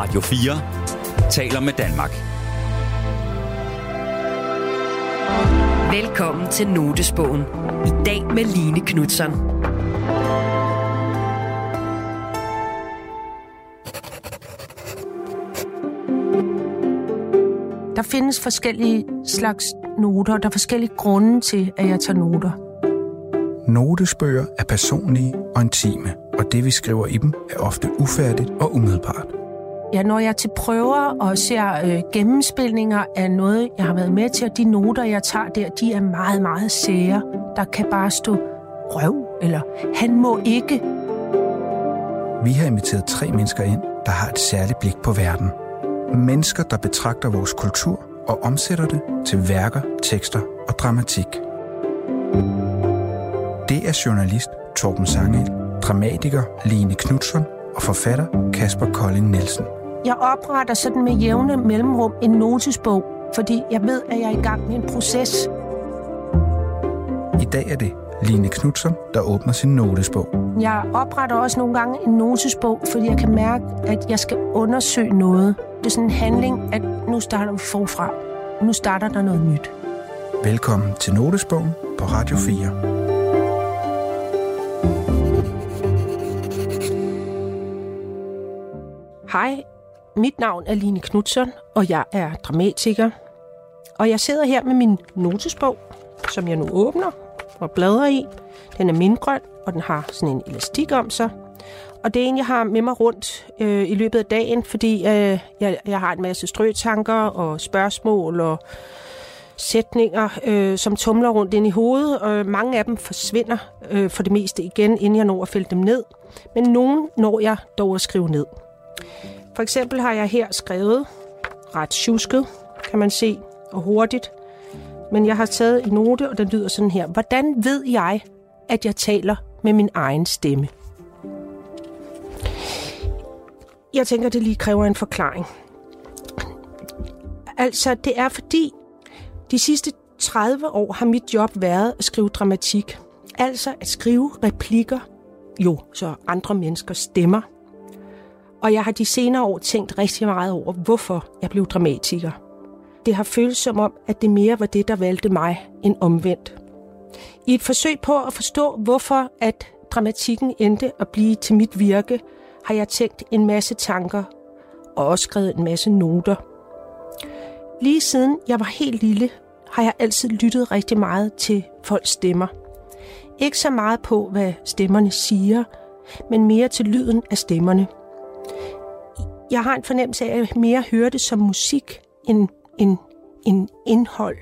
Radio 4 taler med Danmark. Velkommen til Notesbogen. I dag med Line Knutzon. Der findes forskellige slags noter. Der er forskellige grunde til, at jeg tager noter. Notesbøger er personlige og intime, og det vi skriver i dem er ofte ufærdigt og umiddelbart. Ja, når jeg er til prøver og ser gennemspilninger af noget, jeg har været med til, og de noter, jeg tager der, de er meget, meget sære. Der kan bare stå røv, eller han må ikke. Vi har inviteret 3 mennesker ind, der har et særligt blik på verden. Mennesker, der betragter vores kultur og omsætter det til værker, tekster og dramatik. Det er journalist Torben Sangel, dramatiker Line Knutzon og forfatter Kasper Kolding Nielsen. Jeg opretter sådan med jævne mellemrum en notesbog, fordi jeg ved, at jeg er i gang med en proces. I dag er det Line Knutzon, der åbner sin notesbog. Jeg opretter også nogle gange en notesbog, fordi jeg kan mærke, at jeg skal undersøge noget. Det er sådan en handling, at nu starter vi forfra. Nu starter der noget nyt. Velkommen til Notesbogen på Radio 4. Hej, mit navn er Line Knutzon, og jeg er dramatiker. Og jeg sidder her med min notesbog, som jeg nu åbner og bladrer i. Den er mintgrøn, og den har sådan en elastik om sig. Og det er en, jeg har med mig rundt i løbet af dagen, fordi jeg har en masse strøtanker og spørgsmål og sætninger, som tumler rundt ind i hovedet. Og mange af dem forsvinder for det meste igen, inden jeg når at fælde dem ned. Men nogle når jeg dog at skrive ned. For eksempel har jeg her skrevet ret tjusket, kan man se, og hurtigt. Men jeg har taget en note, og den lyder sådan her. Hvordan ved jeg, at jeg taler med min egen stemme? Jeg tænker, det lige kræver en forklaring. Altså, det er fordi, de sidste 30 år har mit job været at skrive dramatik. Altså at skrive replikker, så andre menneskers stemmer. Og jeg har de senere år tænkt rigtig meget over, hvorfor jeg blev dramatiker. Det har føltes som om, at det mere var det, der valgte mig, end omvendt. I et forsøg på at forstå, hvorfor at dramatikken endte at blive til mit virke, har jeg tænkt en masse tanker og også skrevet en masse noter. Lige siden jeg var helt lille, har jeg altid lyttet rigtig meget til folks stemmer. Ikke så meget på, hvad stemmerne siger, men mere til lyden af stemmerne. Jeg har en fornemmelse af, at jeg mere hører det som musik end indhold.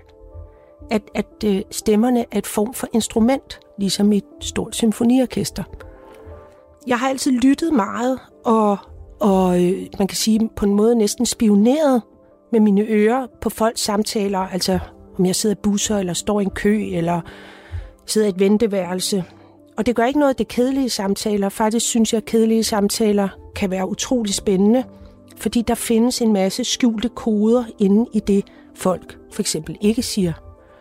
At stemmerne er et form for instrument, ligesom et stort symfoniorkester. Jeg har altid lyttet meget, og man kan sige på en måde næsten spioneret med mine ører på folks samtaler. Altså om jeg sidder i busser, eller står i en kø, eller sidder i et venteværelse. Og det gør ikke noget, det kedelige samtaler. Faktisk synes jeg, at kedelige samtaler kan være utrolig spændende, fordi der findes en masse skjulte koder inde i det, folk for eksempel ikke siger.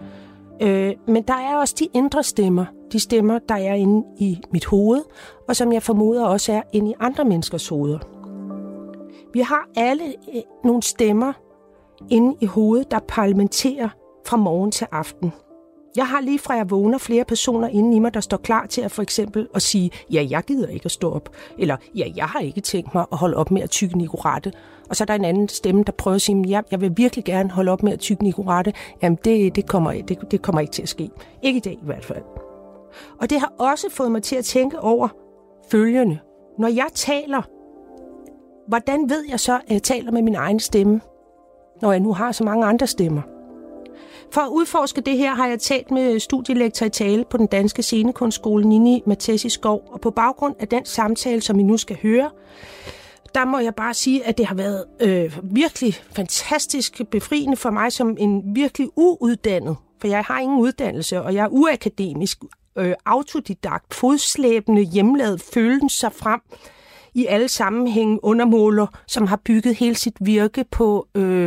Men der er også de indre stemmer. De stemmer, der er inde i mit hoved, og som jeg formoder også er inde i andre menneskers hoveder. Vi har alle nogle stemmer inde i hovedet, der parlamenterer fra morgen til aften. Jeg har lige fra jeg vågner flere personer inde i mig, der står klar til at for eksempel at sige, ja, jeg gider ikke at stå op. Eller, ja, jeg har ikke tænkt mig at holde op med at tygge Nicorette. Og så er der en anden stemme, der prøver at sige, ja, jeg vil virkelig gerne holde op med at tygge Nicorette. Jamen, det kommer ikke til at ske. Ikke i dag i hvert fald. Og det har også fået mig til at tænke over følgende. Når jeg taler, hvordan ved jeg så, at jeg taler med min egen stemme, når jeg nu har så mange andre stemmer? For at udforske det her har jeg talt med studielektor i tale på den danske scenekunstskole Nini Mattesi Skov, og på baggrund af den samtale, som I nu skal høre, der må jeg bare sige, at det har været virkelig fantastisk befriende for mig som en virkelig uuddannet, for jeg har ingen uddannelse, og jeg er uakademisk, autodidakt, fodslæbende, hjemmelavet følelser frem i alle sammenhænge undermåler, som har bygget hele sit virke på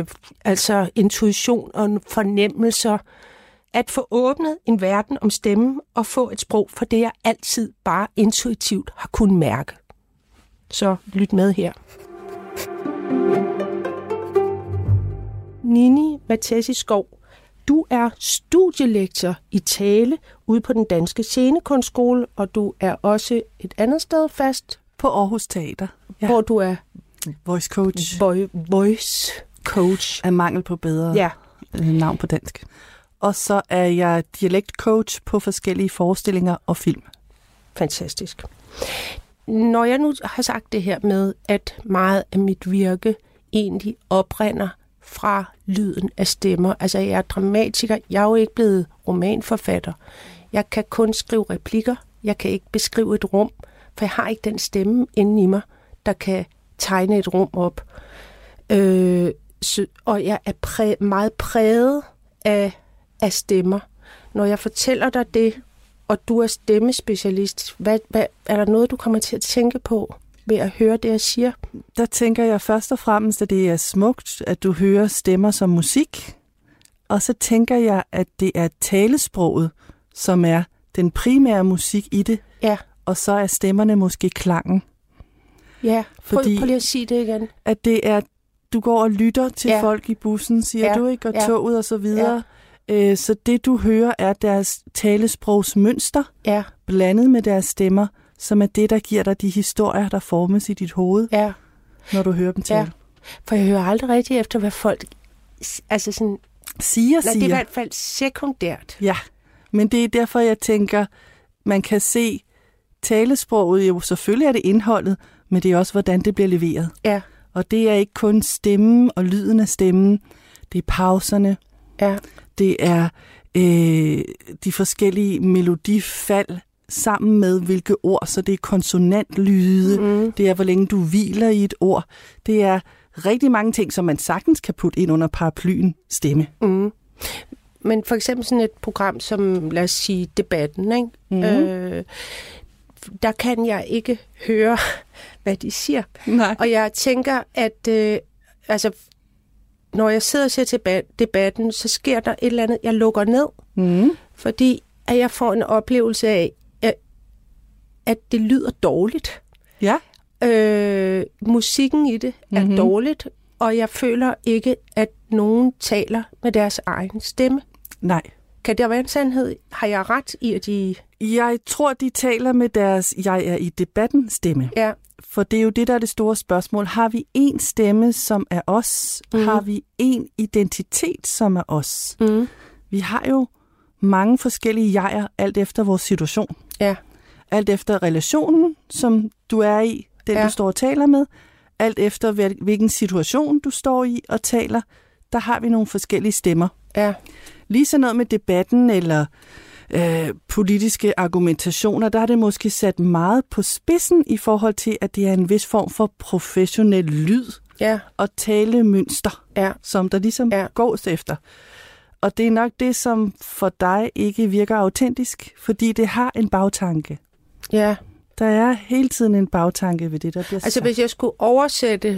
intuition og fornemmelser. At få åbnet en verden om stemmen og få et sprog for det, jeg altid bare intuitivt har kunnet mærke. Så lyt med her. Nini Mattesi Skov. Du er studielektor i tale ude på den Danske Scenekunstskole, og du er også et andet sted fast. På Aarhus Teater. Ja. Hvor du er voice coach. Voice coach. Af mangel på bedre navn på dansk. Og så er jeg dialektcoach på forskellige forestillinger og film. Fantastisk. Når jeg nu har sagt det her med, at meget af mit virke egentlig oprinder fra lyden af stemmer. Altså, jeg er dramatiker. Jeg er jo ikke blevet romanforfatter. Jeg kan kun skrive replikker. Jeg kan ikke beskrive et rum, for jeg har ikke den stemme inde i mig, der kan tegne et rum op. Og jeg er meget præget af stemmer. Når jeg fortæller dig det, og du er stemmespecialist, er der noget, du kommer til at tænke på ved at høre det, jeg siger? Der tænker jeg først og fremmest, at det er smukt, at du hører stemmer som musik. Og så tænker jeg, at det er talesproget, som er den primære musik i det. Ja. Og så er stemmerne måske klangen. Ja, prøv lige at sige det igen. At det er, du går og lytter til folk i bussen, siger du ikke, og toget og så videre. Ja. Så det, du hører, er deres talesprogsmønster, blandet med deres stemmer, som er det, der giver dig de historier, der formes i dit hoved, når du hører dem til. Ja. For jeg hører aldrig rigtig efter, hvad folk siger. Det er i hvert fald sekundært. Ja, men det er derfor, jeg tænker, man kan se talesproget, jo selvfølgelig er det indholdet, men det er også, hvordan det bliver leveret. Ja. Og det er ikke kun stemmen og lyden af stemmen, det er pauserne, det er de forskellige melodifald sammen med hvilke ord, så det er konsonantlyde, det er, hvor længe du hviler i et ord. Det er rigtig mange ting, som man sagtens kan putte ind under paraplyen stemme. Men for eksempel sådan et program som, lad os sige, Debatten, ikke? Der kan jeg ikke høre, hvad de siger. Nej. Og jeg tænker, at når jeg sidder og ser til Debatten, så sker der et eller andet, jeg lukker ned. Fordi at jeg får en oplevelse af, at det lyder dårligt. Ja. Musikken i det er dårligt, og jeg føler ikke, at nogen taler med deres egen stemme. Nej. Kan det være en sandhed? Har jeg ret i, at de... Jeg tror, de taler med deres jeg er i debatten stemme. Ja. For det er jo det, der er det store spørgsmål. Har vi én stemme, som er os? Har vi én identitet, som er os? Vi har jo mange forskellige jeger, alt efter vores situation. Ja. Alt efter relationen, som du er i, den du står og taler med. Alt efter hvilken situation du står i og taler. Der har vi nogle forskellige stemmer. Ja. Lige så noget med debatten eller politiske argumentationer, der er det måske sat meget på spidsen i forhold til, at det er en vis form for professionel lyd og talemønster, som der ligesom gås efter. Og det er nok det, som for dig ikke virker autentisk, fordi det har en bagtanke. Ja. Der er hele tiden en bagtanke ved det, der bliver sagt. Altså hvis jeg skulle oversætte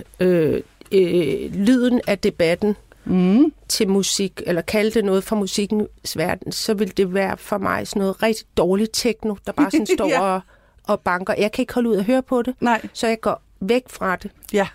lyden af Debatten til musik, eller kalde det noget fra musikkens verden, så vil det være for mig sådan noget rigtig dårligt techno, der bare sådan står og banker. Jeg kan ikke holde ud at høre på det, så jeg går væk fra det. Ja.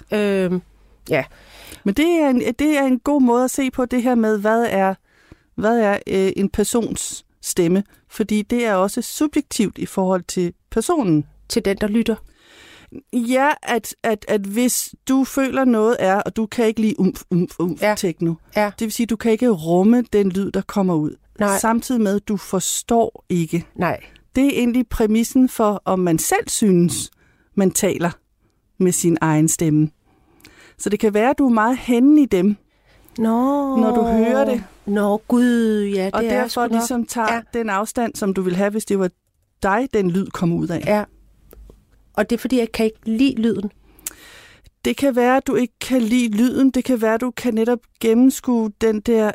Men det er en god måde at se på det her med, hvad er en persons stemme, fordi det er også subjektivt i forhold til personen. Til den, der lytter. Ja, at hvis du føler noget er, og du kan ikke lide techno, det vil sige, at du kan ikke rumme den lyd, der kommer ud. Nej. Samtidig med, at du forstår ikke. Nej. Det er egentlig præmissen for, om man selv synes, man taler med sin egen stemme. Så det kan være, at du er meget henne i dem, når du hører det. Gud, ja, det og er derfor ligesom tager den afstand, som du vil have, hvis det var dig, den lyd kom ud af. Ja. Og det er, fordi jeg kan ikke lide lyden. Det kan være, at du ikke kan lide lyden. Det kan være, at du kan netop gennemskue den der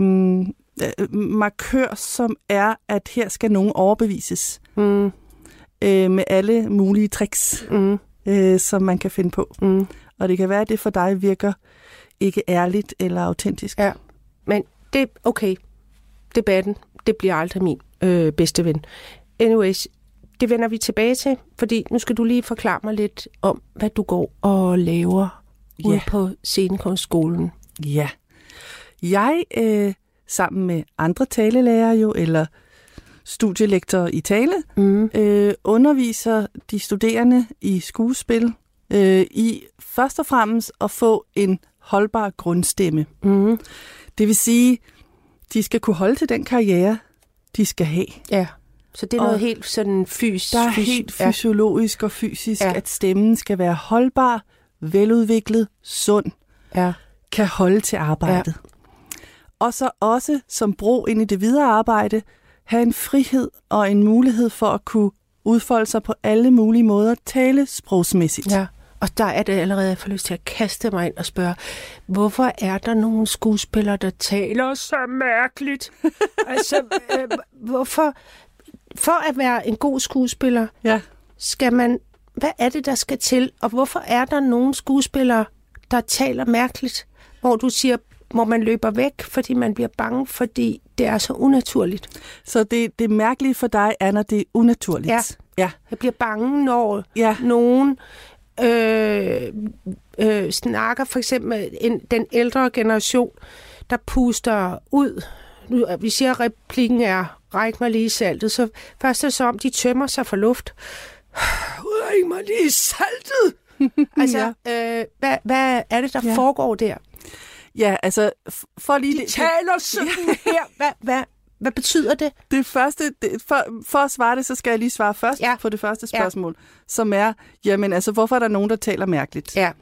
markør, som er, at her skal nogen overbevises. Med alle mulige tricks, som man kan finde på. Og det kan være, at det for dig virker ikke ærligt eller autentisk. Ja, men det er okay. Debatten, det bliver aldrig min bedste ven. Anyways, det vender vi tilbage til, fordi nu skal du lige forklare mig lidt om, hvad du går og laver ude på Scenekunstskolen. Ja. Jeg, sammen med andre talelærere jo, eller studielektorer i tale, underviser de studerende i skuespil i først og fremmest at få en holdbar grundstemme. Mm. Det vil sige, de skal kunne holde til den karriere, de skal have. Ja, så det er noget helt sådan fysisk. Der er helt fysiologisk og fysisk, at stemmen skal være holdbar, veludviklet, sund, kan holde til arbejdet. Ja. Og så også som bro ind i det videre arbejde, have en frihed og en mulighed for at kunne udfolde sig på alle mulige måder, tale sprogsmæssigt. Ja. Og der er det allerede, jeg får lyst til at kaste mig ind og spørge, hvorfor er der nogle skuespillere, der taler så mærkeligt? Altså, hvorfor? For at være en god skuespiller, skal man... Hvad er det, der skal til? Og hvorfor er der nogle skuespillere, der taler mærkeligt? Hvor du siger, hvor man løber væk, fordi man bliver bange, fordi det er så unaturligt. Så det mærkelige for dig er, når det er unaturligt? Ja. Jeg bliver bange, når nogen... snakker for eksempel den ældre generation, der puster ud. Vi siger, at replikken er, ræk mig lige saltet. Så først er det så om, de tømmer sig for luft. Ræk mig lige saltet! Altså, hvad er det, der foregår der? Ja, altså... For lige de taler sådan her. Hvad betyder det? Det første, for at svare det, så skal jeg lige svare først på det første spørgsmål, som er, jamen altså, hvorfor er der nogen, der taler mærkeligt? Ja.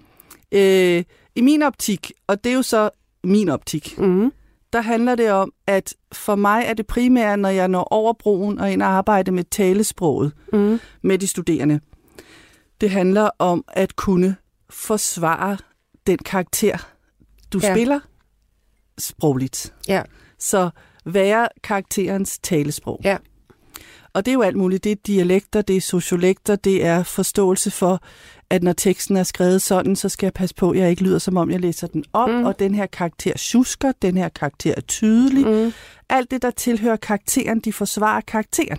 I min optik, og det er jo så min optik, der handler det om, at for mig er det primære, når jeg når over broen og ind og arbejde med talesproget med de studerende. Det handler om at kunne forsvare den karakter, du spiller sprogligt. Ja. Så være karakterens talesprog. Ja. Og det er jo alt muligt. Det er dialekter, det er sociolekter, det er forståelse for, at når teksten er skrevet sådan, så skal jeg passe på, at jeg ikke lyder, som om jeg læser den op, og den her karakter sjusker, den her karakter er tydelig. Alt det, der tilhører karakteren, de forsvarer karakteren.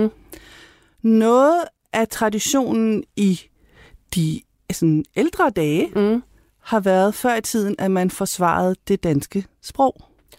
Noget af traditionen i de sådan, ældre dage har været før i tiden, at man forsvarede det danske sprog.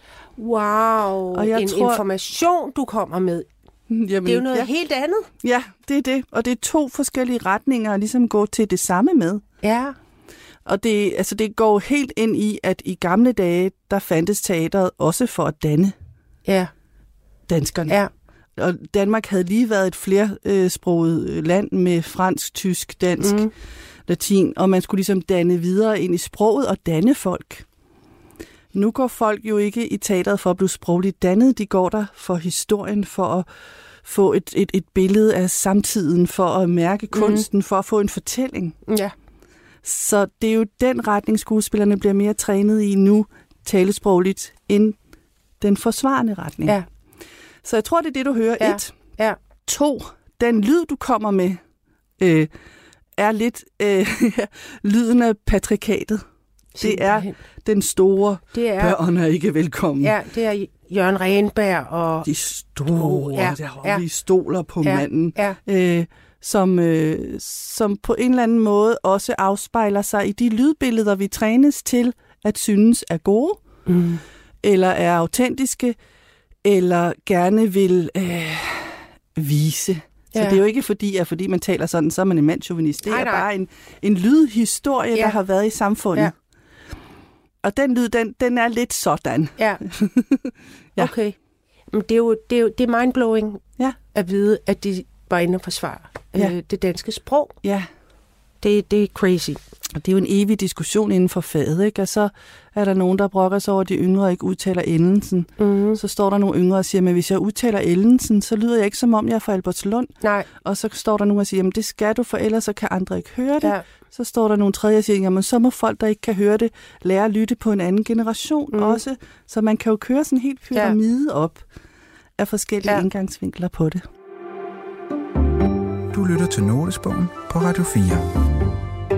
Wow, og information, du kommer med. Jamen, det er jo noget helt andet. Ja, det er det. Og det er 2 forskellige retninger at ligesom gå til det samme med. Ja. Og det går helt ind i, at i gamle dage, der fandtes teateret også for at danne danskerne. Ja. Og Danmark havde lige været et flersproget land med fransk, tysk, dansk, latin, og man skulle ligesom danne videre ind i sproget og danne folk. Nu går folk jo ikke i teateret for at blive sprogligt dannet. De går der for historien, for at få et billede af samtiden, for at mærke kunsten, for at få en fortælling. Ja. Så det er jo den retning, skuespillerne bliver mere trænet i nu, talesprogligt, end den forsvarende retning. Ja. Så jeg tror, det er det, du hører. 1. Ja. 2. Den lyd, du kommer med, er lidt lyden af patrikatet. Det er den store, børn er ikke velkommen. Ja, det er Jørgen Renberg og... De store, de stoler på manden, som på en eller anden måde også afspejler sig i de lydbilleder, vi trænes til at synes er gode, eller er autentiske, eller gerne vil vise. Så det er jo ikke fordi man taler sådan, så er man en mandschauvinist. Det er bare en lydhistorie, der har været i samfundet. Ja. Og den lyd, den er lidt sådan. Ja. Okay. Men det er mindblowing at vide, at de var inde og forsvare det danske sprog. Ja. Det er crazy. Og det er jo en evig diskussion inden for faget, ikke? Og så er der nogen, der brokker sig over, at de yngre ikke udtaler endelsen. Så står der nogle yngre og siger, at hvis jeg udtaler endelsen, så lyder jeg ikke som om, jeg er fra Albertslund. Nej. Og så står der nogen og siger, at det skal du, for ellers så kan andre ikke høre det. Ja. Så står der nogle tredje og siger, at så må folk, der ikke kan høre det, lære at lytte på en anden generation også. Så man kan jo køre sådan en helt pyramide op af forskellige indgangsvinkler på det. Du lytter til Notesbogen på Radio 4.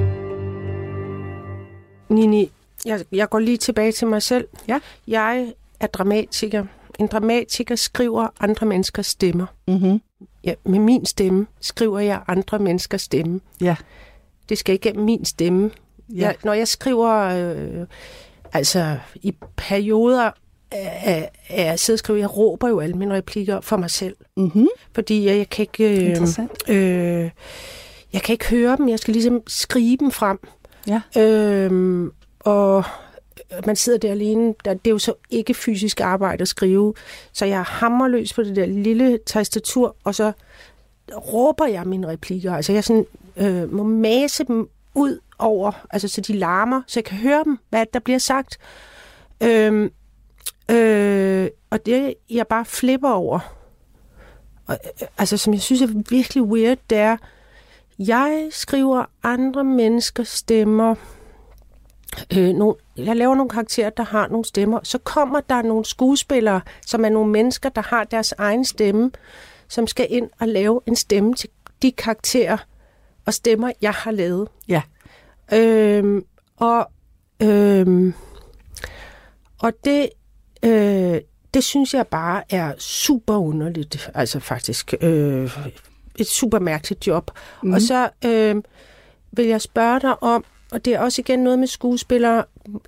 Nini, jeg går lige tilbage til mig selv. Ja. Jeg er dramatiker. En dramatiker skriver andre menneskers stemmer. Ja, med min stemme skriver jeg andre menneskers stemme. Ja. Det skal igennem min stemme. Ja. Når jeg skriver Altså, i perioder af at sidde og skrive, jeg råber jo alle mine replikker for mig selv. Mm-hmm. Fordi jeg kan ikke... jeg kan ikke høre dem, jeg skal ligesom skrive dem frem. Ja. Og man sidder der alene, det er jo så ikke fysisk arbejde at skrive, så jeg hamrer løs på det der lille tastatur, og så råber jeg mine replikker. Altså jeg sådan, må mase dem ud over, altså så de larmer, så jeg kan høre dem, hvad der bliver sagt. Og det jeg bare flipper over, altså som jeg synes er virkelig weird, det er, jeg skriver andre menneskers stemmer. Jeg laver nogle karakterer, der har nogle stemmer. Så kommer der nogle skuespillere, som er nogle mennesker, der har deres egen stemme, som skal ind og lave en stemme til de karakterer og stemmer, jeg har lavet. Ja. Og det synes jeg bare er super underligt. Altså faktisk et super mærkeligt job. Mm. Og så vil jeg spørge dig om, og det er også igen noget med skuespillere,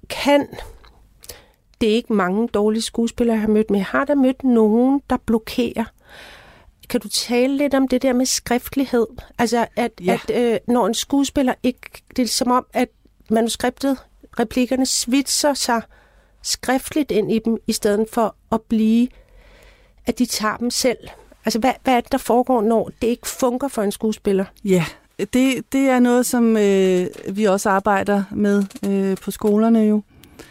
det er ikke mange dårlige skuespillere, jeg har mødt, men jeg har da mødt nogen, der blokerer. Kan du tale lidt om det der med skriftlighed? Altså, at når en skuespiller ikke... Det er som om, at manuskriptet, replikkerne svitser sig skriftligt ind i dem, i stedet for at blive, at de tager dem selv. Altså, hvad er det, der foregår, når det ikke fungerer for en skuespiller? Ja, det er noget, som vi også arbejder med på skolerne jo.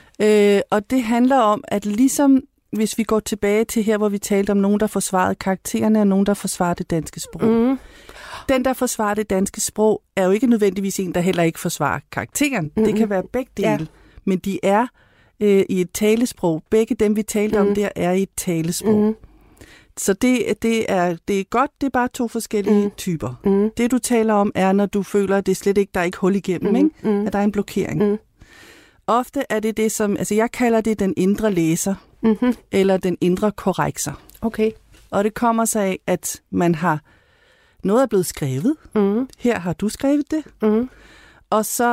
Og det handler om, at ligesom hvis vi går tilbage til her, hvor vi talte om nogen, der forsvarede karaktererne, og nogen, der forsvarer det danske sprog. Mm. Den, der forsvarer det danske sprog, er jo ikke nødvendigvis en, der heller ikke forsvarer karakteren. Det kan være begge dele. Ja. Men de er i et talesprog. Begge dem, vi talte om der, er i et talesprog. Mm. Så det er godt, det er bare to forskellige typer. Mm. Det, du taler om, er, når du føler, at det slet ikke, der er ikke hul igennem, ikke? At der er en blokering. Mm. Ofte er det som, altså jeg kalder det den indre læser, eller den indre korrekser. Okay. Og det kommer sig af, at man har, noget er blevet skrevet. Mm. Her har du skrevet det. Mm. Og så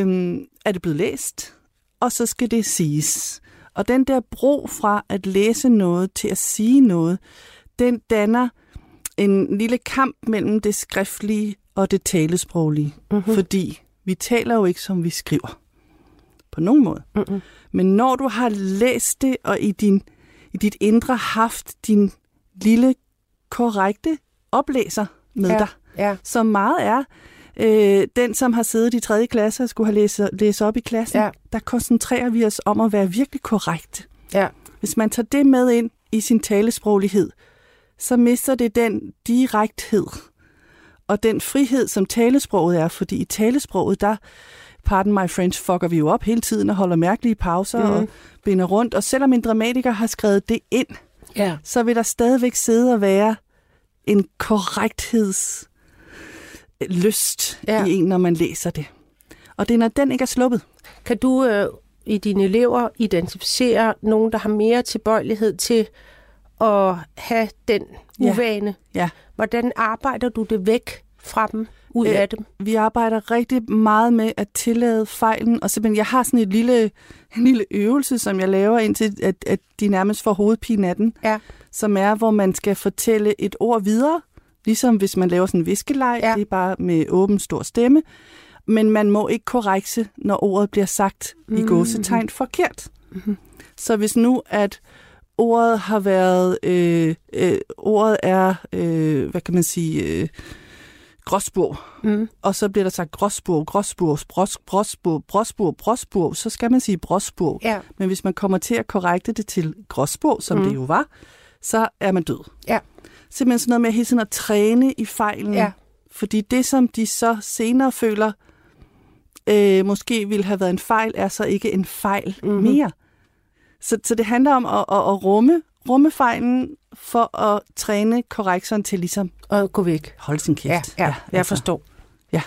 er det blevet læst, og så skal det siges. Og den der bro fra at læse noget til at sige noget, den danner en lille kamp mellem det skriftlige og det talesproglige. Mm-hmm. Fordi vi taler jo ikke, som vi skriver. På nogen måde. Mm-hmm. Men når du har læst det, og i dit indre haft din lille korrekte oplæser med dig, som meget er den, som har siddet i 3. klasse og skulle have læst op i klassen, der koncentrerer vi os om at være virkelig korrekt. Ja. Hvis man tager det med ind i sin talesproglighed, så mister det den direkthed og den frihed, som talesproget er, fordi i talesproget, der, pardon my French, fucker vi jo op hele tiden og holder mærkelige pauser og binder rundt, og selvom en dramatiker har skrevet det ind, så vil der stadigvæk sidde og være en korrektheds lyst i en, når man læser det. Og det er, når den ikke er sluppet. Kan du i dine elever identificere nogen, der har mere tilbøjelighed til at have den uvane? Ja. Hvordan arbejder du det væk fra dem, ud af dem? Vi arbejder rigtig meget med at tillade fejlen, og simpelthen, jeg har sådan en lille øvelse, som jeg laver, indtil at de nærmest får hovedpine af den, som er, hvor man skal fortælle et ord videre, ligesom hvis man laver sådan en hviskeleg, det er bare med åben stor stemme, men man må ikke korrekse, når ordet bliver sagt i gåsetegn forkert. Mm-hmm. Så hvis nu, at ordet har været, ordet er, hvad kan man sige, gråsbog, og så bliver der sagt gråsbog, så skal man sige brosbog. Ja. Men hvis man kommer til at korrekte det til gråsbog, som det jo var, så er man død. Ja. Simpelthen sådan noget med hele tiden at træne i fejlen. Ja. Fordi det, som de så senere føler, måske ville have været en fejl, er så ikke en fejl mere. Så det handler om at rumme fejlen for at træne korrektoren til ligesom at gå væk. Holde sin kæft. Ja, jeg forstår. Ja.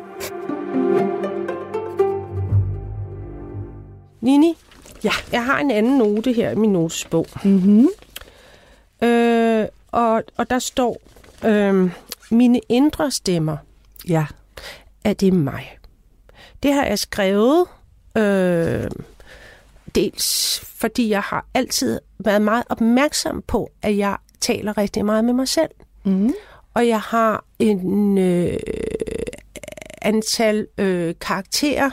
Nini, jeg har en anden note her i min notesbog. Mm-hmm. Og der står, mine indre stemmer. Ja. Er det mig? Det har jeg skrevet dels fordi jeg har altid været meget opmærksom på, at jeg taler rigtig meget med mig selv. Mm. Og jeg har en antal karakterer.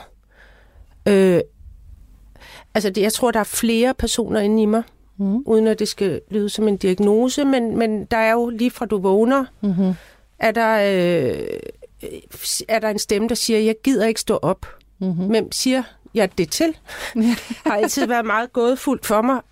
Jeg tror, der er flere personer inde i mig, uden at det skal lyde som en diagnose, men der er jo lige fra du vågner, er der en stemme, der siger, jeg gider ikke stå op. Hvem siger jeg det til? Har altid været meget gådefuldt for mig.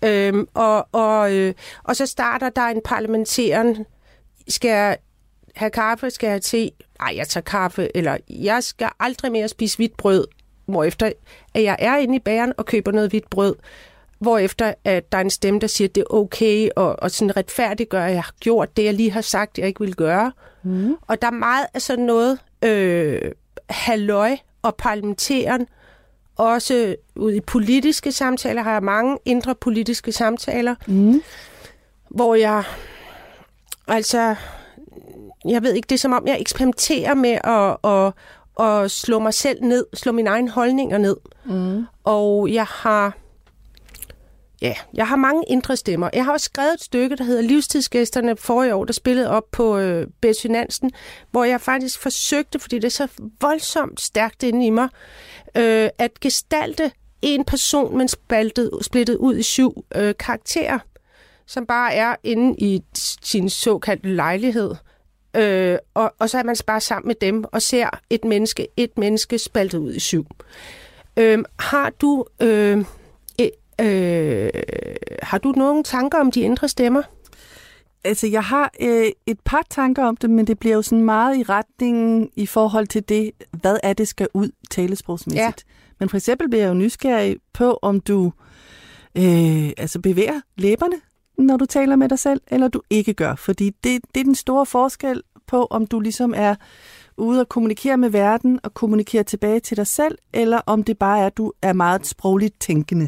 Og så starter der en parlamenteren. Skal jeg have kaffe? Skal jeg have te? Ej, jeg tager kaffe. Eller jeg skal aldrig mere spise hvidt brød. Hvorefter at jeg er inde i bageren og køber noget hvidt brød. Hvorefter at der er en stemme, der siger, at det er okay, og sådan retfærdiggør, at jeg har gjort det, jeg lige har sagt, jeg ikke ville gøre. Og der er meget af sådan noget halløj og parlamenteren. Også ude i politiske samtaler har jeg mange indre politiske samtaler, hvor jeg ved ikke, det er som om, jeg eksperimenterer med at slå mig selv ned, slå mine egne holdninger ned. Og jeg har mange indre stemmer. Jeg har også skrevet et stykke, der hedder Livstidsgæsterne forrige år, der spillede op på Betty Nansen, hvor jeg faktisk forsøgte, fordi det er så voldsomt stærkt inde i mig, at gestalte en person, men splittet ud i 7 karakterer, som bare er inde i sin såkaldte lejlighed. Og så er man bare sammen med dem og ser et menneske spaltet ud i 7. Har du nogle tanker om de indre stemmer? Altså, jeg har et par tanker om det, men det bliver jo sådan meget i retningen i forhold til det, hvad er det skal ud talesprogsmæssigt. Ja. Men for eksempel bliver jeg jo nysgerrig på, om du bevæger læberne, når du taler med dig selv, eller du ikke gør. Fordi det er den store forskel på, om du ligesom er ude og kommunikere med verden og kommunikere tilbage til dig selv, eller om det bare er, at du er meget sprogligt tænkende.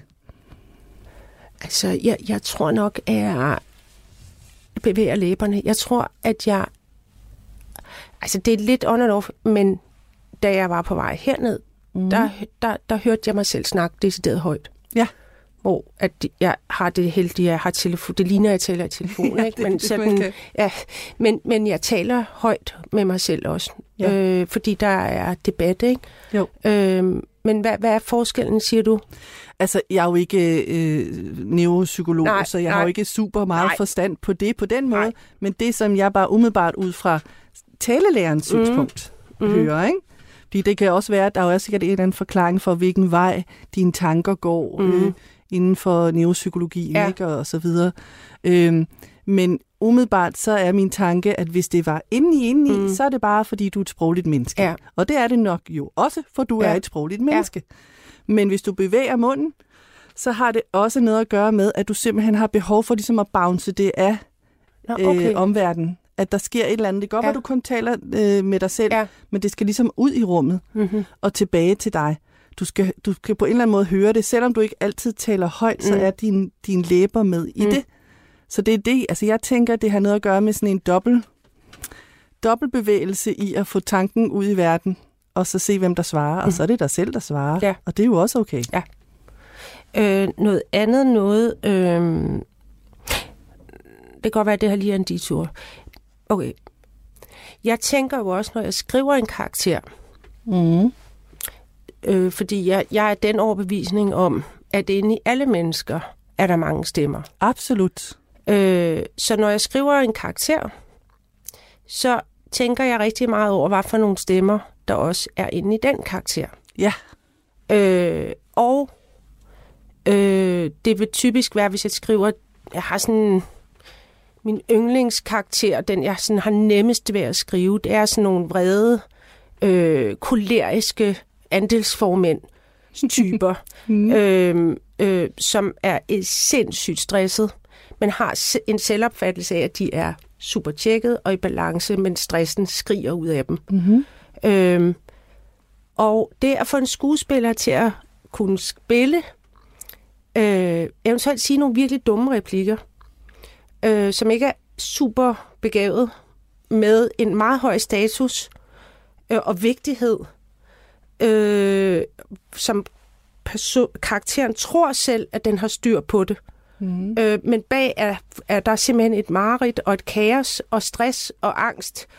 Altså, jeg tror nok, at jeg bevæger læberne. Jeg tror, at jeg... Altså, det er lidt on and off, men da jeg var på vej herned, der hørte jeg mig selv snakke decideret højt. Ja. Hvor at jeg har det heldige, jeg har telefon. Det ligner, jeg taler i telefon, ikke? Men, sådan, men jeg taler højt med mig selv også. Ja. Fordi der er debat, ikke? Jo. Men hvad er forskellen, siger du? Altså, jeg er jo ikke neuropsykolog, så jeg har jo ikke super meget forstand på det på den måde. Men det, som jeg bare umiddelbart ud fra talelærerens synspunkt hører, ikke? Fordi det kan også være, at der er sikkert en eller anden forklaring for, hvilken vej dine tanker går inden for neuropsykologien, ikke? Og så videre. Men umiddelbart så er min tanke, at hvis det var indeni, så er det bare, fordi du er et sprogligt menneske. Ja. Og det er det nok jo også, for du er et sprogligt menneske. Men hvis du bevæger munden, så har det også noget at gøre med, at du simpelthen har behov for ligesom at bounce det af omverdenen. At der sker et eller andet. Det går godt, at du kun taler med dig selv, men det skal ligesom ud i rummet og tilbage til dig. Du skal på en eller anden måde høre det. Selvom du ikke altid taler højt, så er din læber med i det. Så det er det. Altså jeg tænker, at det har noget at gøre med sådan en dobbeltbevægelse i at få tanken ud i verden, og så se, hvem der svarer. Og så er det dig selv, der svarer. Ja. Og det er jo også okay. Ja. Noget andet, det kan godt være, at det her lige er en detur. Okay. Jeg tænker jo også, når jeg skriver en karakter, fordi jeg er den overbevisning om, at inde i alle mennesker er der mange stemmer. Absolut. Så når jeg skriver en karakter, så tænker jeg rigtig meget over, hvad for nogle stemmer, der også er inde i den karakter. Ja. Det vil typisk være, hvis jeg skriver, jeg har sådan min yndlingskarakter, den jeg sådan har nemmest ved at skrive, det er sådan nogle vrede, koleriske andelsformænd typer, som er sindssygt stresset, men har en selvopfattelse af, at de er super tjekket og i balance, men stressen skriger ud af dem. Og det at få en skuespiller til at kunne spille, eventuelt sige nogle virkelig dumme replikker, som ikke er super begavet, med en meget høj status og vigtighed, som karakteren tror selv, at den har styr på det. Men bag er der simpelthen et mareridt og et kaos og stress og angst.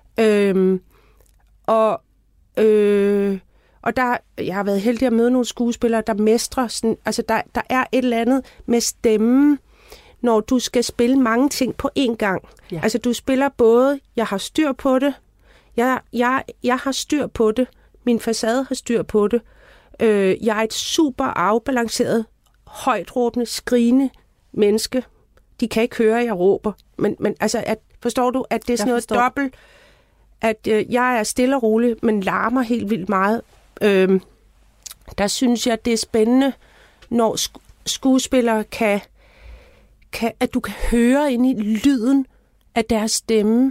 Og der, jeg har været heldig at møde nogle skuespillere, der mestrer sådan, altså der er et eller andet med stemmen, når du skal spille mange ting på én gang. Ja. Altså du spiller både, jeg har styr på det, jeg har styr på det, min facade har styr på det, jeg er et super afbalanceret, højtråbende, skrigende menneske. De kan ikke høre, at jeg råber. Men altså, forstår du, at det er sådan noget dobbelt, at jeg er stille og rolig, men larmer helt vildt meget. Der synes jeg, det er spændende, når skuespillere at du kan høre ind i lyden af deres stemme,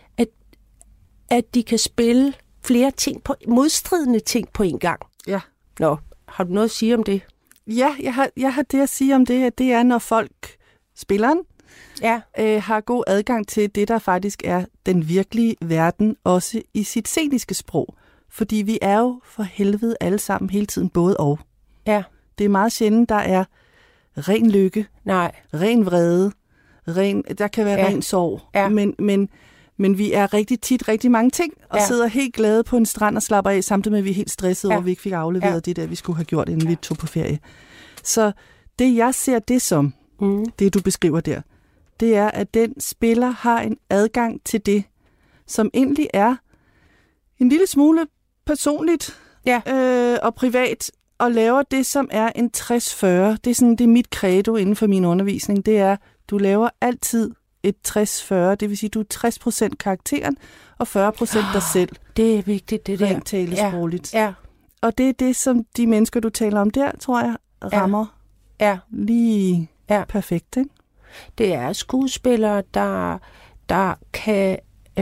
at de kan spille flere ting modstridende ting på en gang. Ja. Nå, har du noget at sige om det? Ja, jeg har det at sige om det, at det er, når spilleren, har god adgang til det, der faktisk er den virkelige verden, også i sit sceniske sprog. Fordi vi er jo for helvede alle sammen hele tiden både og. Ja. Det er meget sjældent, der er ren lykke, ren vrede, der kan være ren sorg. Ja. Men vi er rigtig mange ting, og sidder helt glade på en strand og slapper af, samtidig med, at vi er helt stressede over, at vi ikke fik afleveret det der, vi skulle have gjort, inden vi tog på ferie. Så det, jeg ser det som, det du beskriver der, det er, at den spiller har en adgang til det, som egentlig er en lille smule personligt og privat, og laver det, som er en 60-40. Det er mit credo inden for min undervisning. Det er, du laver altid et 60-40. Det vil sige, du er 60% karakteren og 40% dig selv. Det er vigtigt, det der. Rent talesprogligt. Ja. Og det er det, som de mennesker, du taler om der, tror jeg, rammer lige perfekt. Ikke? Det er skuespillere, der kan...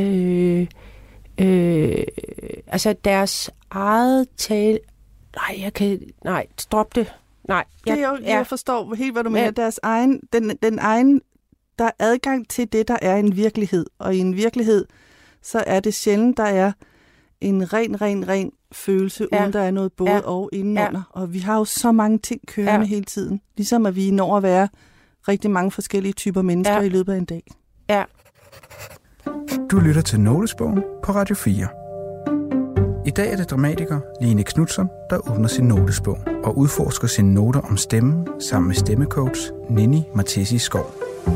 altså deres eget tale... Nej, stop det. Nej. Jeg forstår helt, hvad du mener. Deres egen, den egen, der er adgang til det, der er en virkelighed. Og i en virkelighed, så er det sjældent, der er en ren følelse, uden der er noget både og indenunder. Og vi har jo så mange ting kørende hele tiden. Ligesom at vi når at være rigtig mange forskellige typer mennesker i løbet af en dag. Ja. Du lytter til Notesbogen på Radio 4. I dag er det dramatiker Line Knutzon, der åbner sin notesbog og udforsker sine noter om stemmen sammen med stemmecoach Ninni Martesi Skov.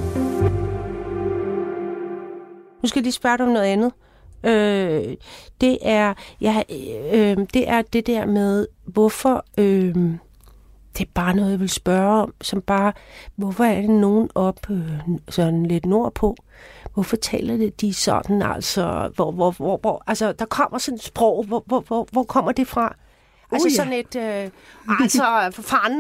Nu skal jeg lige spørge dig om noget andet. Det er det der med, hvorfor... det er bare noget, jeg vil spørge om, som bare... Hvorfor er det nogen op sådan lidt nordpå? Hvorfor taler de sådan, altså... Hvor altså, der kommer sådan et sprog. Hvor kommer det fra? Altså sådan et... altså, for fanden,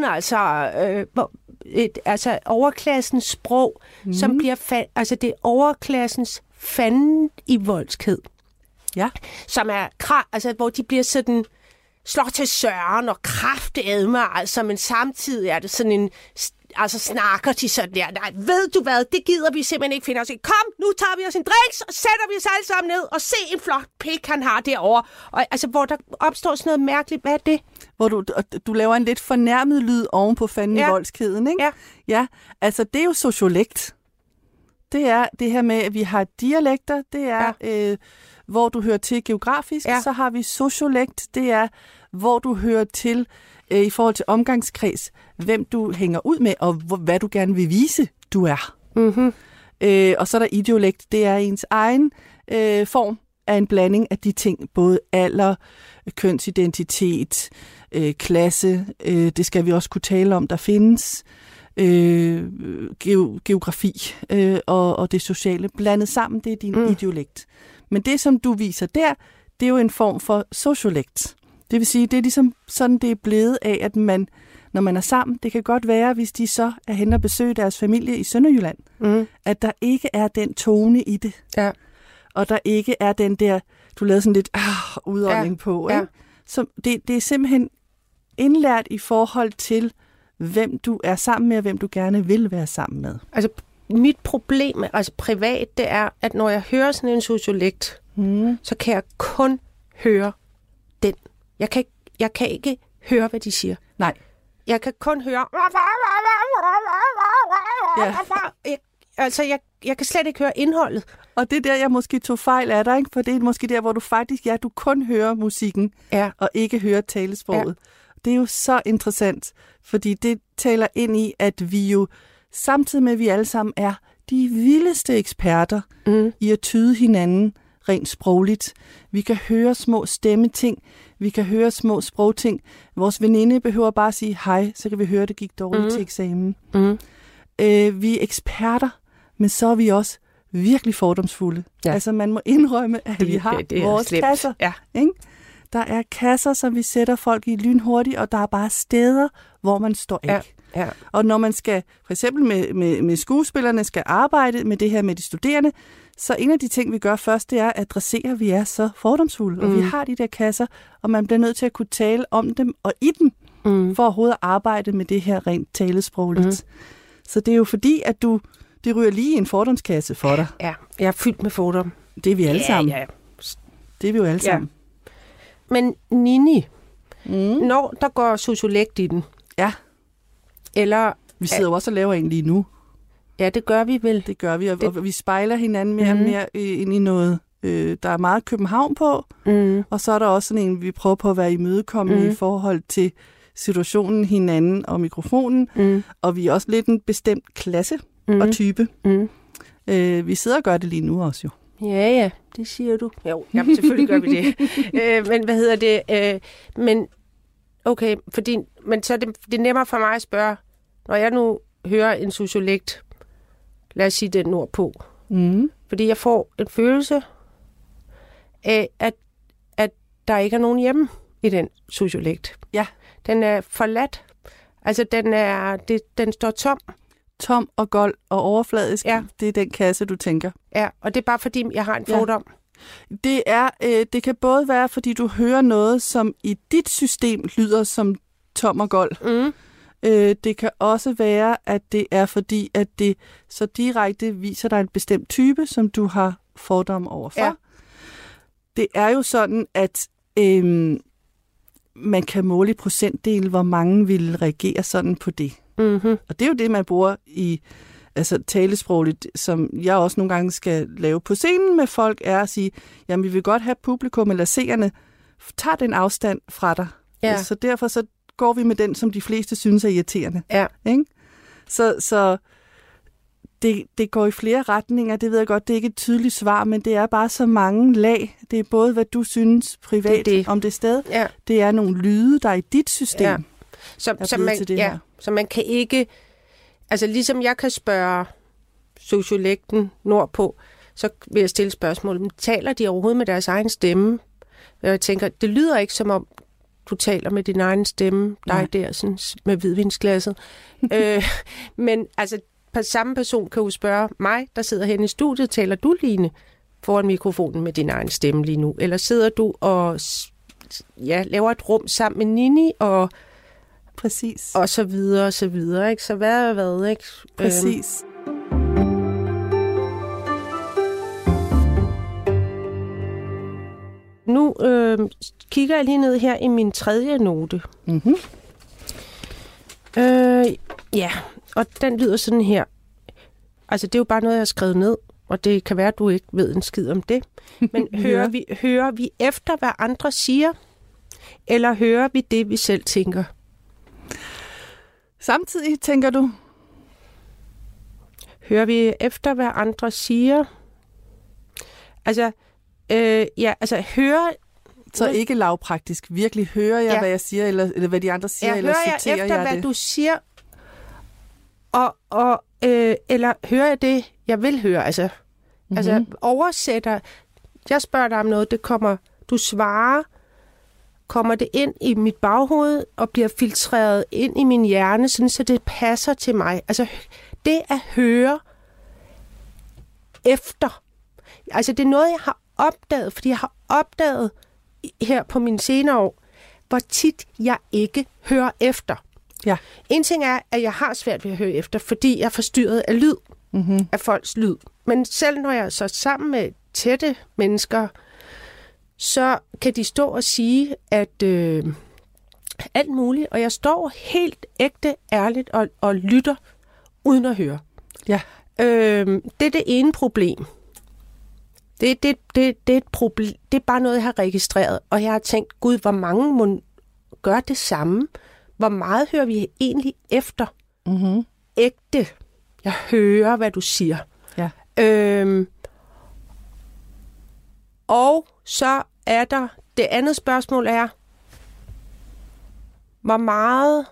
altså overklassens sprog, som bliver... Altså, det er overklassens fanden i voldskhed. Ja. Som er... Altså, hvor de bliver sådan... slår til søren og kraftedme, altså, men samtidig er det sådan en, altså snakker de sådan der, nej, ved du hvad, det gider vi simpelthen ikke finde os i. Kom, nu tager vi os en drinks, og sætter vi os alle sammen ned, og se en flot pik, han har derovre. Og altså, hvor der opstår sådan noget mærkeligt, hvad er det? Hvor du laver en lidt fornærmet lyd oven på fanden i voldskæden, ikke? Ja, altså, det er jo sociolekt. Det er det her med, at vi har dialekter, det er... hvor du hører til geografisk, så har vi sociolekt, det er, hvor du hører til i forhold til omgangskreds, hvem du hænger ud med, og hvad du gerne vil vise, du er. Mm-hmm. Og så er der idiolekt, det er ens egen form af en blanding af de ting, både alder, kønsidentitet, klasse, det skal vi også kunne tale om, der findes, geografi og det sociale blandet sammen, det er din idiolekt. Men det, som du viser der, det er jo en form for sociolekt. Det vil sige, det er ligesom sådan, det er blevet af, at man, når man er sammen, det kan godt være, hvis de så er hen og besøge deres familie i Sønderjylland, at der ikke er den tone i det. Ja. Og der ikke er den der, du lavede sådan lidt udånding på. Ikke? Så det er simpelthen indlært i forhold til, hvem du er sammen med, og hvem du gerne vil være sammen med. Altså, mit problem, altså privat, det er, at når jeg hører sådan en sociolekt, så kan jeg kun høre den. Jeg kan ikke høre, hvad de siger. Nej. Jeg kan kun høre... Ja. Jeg kan slet ikke høre indholdet. Og det er der, jeg måske tog fejl af dig, ikke? For det er måske der, hvor du faktisk, du kun hører musikken, og ikke hører talesproget. Ja. Det er jo så interessant, fordi det taler ind i, at vi jo, samtidig med, at vi alle sammen er de vildeste eksperter i at tyde hinanden rent sprogligt. Vi kan høre små stemmeting, vi kan høre små sprogting. Vores veninde behøver bare at sige hej, så kan vi høre, at det gik dårligt til eksamen. Vi er eksperter, men så er vi også virkelig fordomsfulde. Ja. Altså man må indrømme, at vi har vores kasser. Ja. Ikke? Der er kasser, som vi sætter folk i lynhurtigt, og der er bare steder, hvor man står af. Ja. Og når man skal, for eksempel med skuespillerne, skal arbejde med det her med de studerende, så en af de ting, vi gør først, det er at adressere, at vi er så fordomsfulde. Og vi har de der kasser, og man bliver nødt til at kunne tale om dem og i dem, for overhovedet at arbejde med det her rent talesprogligt. Så det er jo fordi, at det ryger lige i en fordomskasse for dig. Ja, jeg er fyldt med fordom. Det er vi alle sammen. Ja. Det er vi jo alle sammen. Men Nini, når der går sociolekt i den, eller... Vi sidder jo også og laver en lige nu. Ja, det gør vi vel. Det gør vi, og vi spejler hinanden mere og mere ind i noget. Der er meget København på, og så er der også sådan en, vi prøver på at være imødekommende i forhold til situationen, hinanden og mikrofonen, og vi er også lidt en bestemt klasse og type. Vi sidder og gør det lige nu også jo. Ja, det siger du. Jo, jamen, selvfølgelig gør vi det. Men hvad hedder det? Men okay, men så er det er nemmere for mig at spørge, når jeg nu hører en sociolekt, lad os sige den nordpå, fordi jeg får en følelse af, at der ikke er nogen hjemme i den sociolekt. Ja. Den er forladt. Altså, den står tom. Tom og gold og overfladisk. Ja. Det er den kasse, du tænker. Ja, og det er bare fordi, jeg har en fordom. Det kan både være, fordi du hører noget, som i dit system lyder som tom og gold. Det kan også være, at det er fordi, at det så direkte viser dig en bestemt type, som du har fordom overfor. Ja. Det er jo sådan, at man kan måle i procentdel, hvor mange vil reagere sådan på det. Og det er jo det, man bruger i talesprogligt, som jeg også nogle gange skal lave på scenen med folk, er at sige, jamen vi vil godt have publikum eller seerne, tager den afstand fra dig. Ja. Så derfor så går vi med den, som de fleste synes er irriterende. Ja. Ikke? Så det går i flere retninger, det ved jeg godt, det er ikke et tydeligt svar, men det er bare så mange lag. Det er både, hvad du synes privat om det sted, det er nogle lyde, der er i dit system. Ja. Så man kan ikke, altså ligesom jeg kan spørge sociolekten nordpå, så vil jeg stille spørgsmål, men taler de overhovedet med deres egen stemme? Jeg tænker, det lyder ikke som om, du taler med din egen stemme, dig der sådan, med hvidvinsglasset. Men altså, samme person kan jo spørge mig, der sidder her i studiet, taler du, Line, foran mikrofonen med din egen stemme lige nu? Eller sidder du og laver et rum sammen med Nini og... Præcis. Og så videre, og så videre, ikke? Så hvad, ikke? Præcis. Nu kigger jeg lige ned her i min 3. note. Og den lyder sådan her. Altså, det er jo bare noget, jeg har skrevet ned, og det kan være, at du ikke ved en skid om det. Men hører vi efter, hvad andre siger, eller hører vi det, vi selv tænker? Samtidig, tænker du? Hører vi efter, hvad andre siger? Altså, hører... Så ikke lavpraktisk. Virkelig hører jeg, hvad jeg siger, eller hvad de andre siger, eller citerer jeg det? Hører jeg efter, hvad du siger, eller hører jeg det, jeg vil høre? Altså, oversætter... Jeg spørger dig om noget, du svarer, kommer det ind i mit baghoved og bliver filtreret ind i min hjerne, sådan, så det passer til mig. Altså, det at høre efter. Altså, det er noget, jeg har opdaget, fordi jeg har opdaget her på mine senere år, hvor tit jeg ikke hører efter. Ja. En ting er, at jeg har svært ved at høre efter, fordi jeg er forstyrret af lyd, af folks lyd. Men selv når jeg er så sammen med tætte mennesker, så kan de stå og sige, at alt muligt, og jeg står helt ægte, ærligt og lytter, uden at høre. Ja. Det er det ene problem. Det er et problem. Det er bare noget, jeg har registreret, og jeg har tænkt, gud, hvor mange må gøre det samme? Hvor meget hører vi egentlig efter? Mm-hmm. Ægte. Jeg hører, hvad du siger. Ja. Og så er der, det andet spørgsmål er, hvor meget,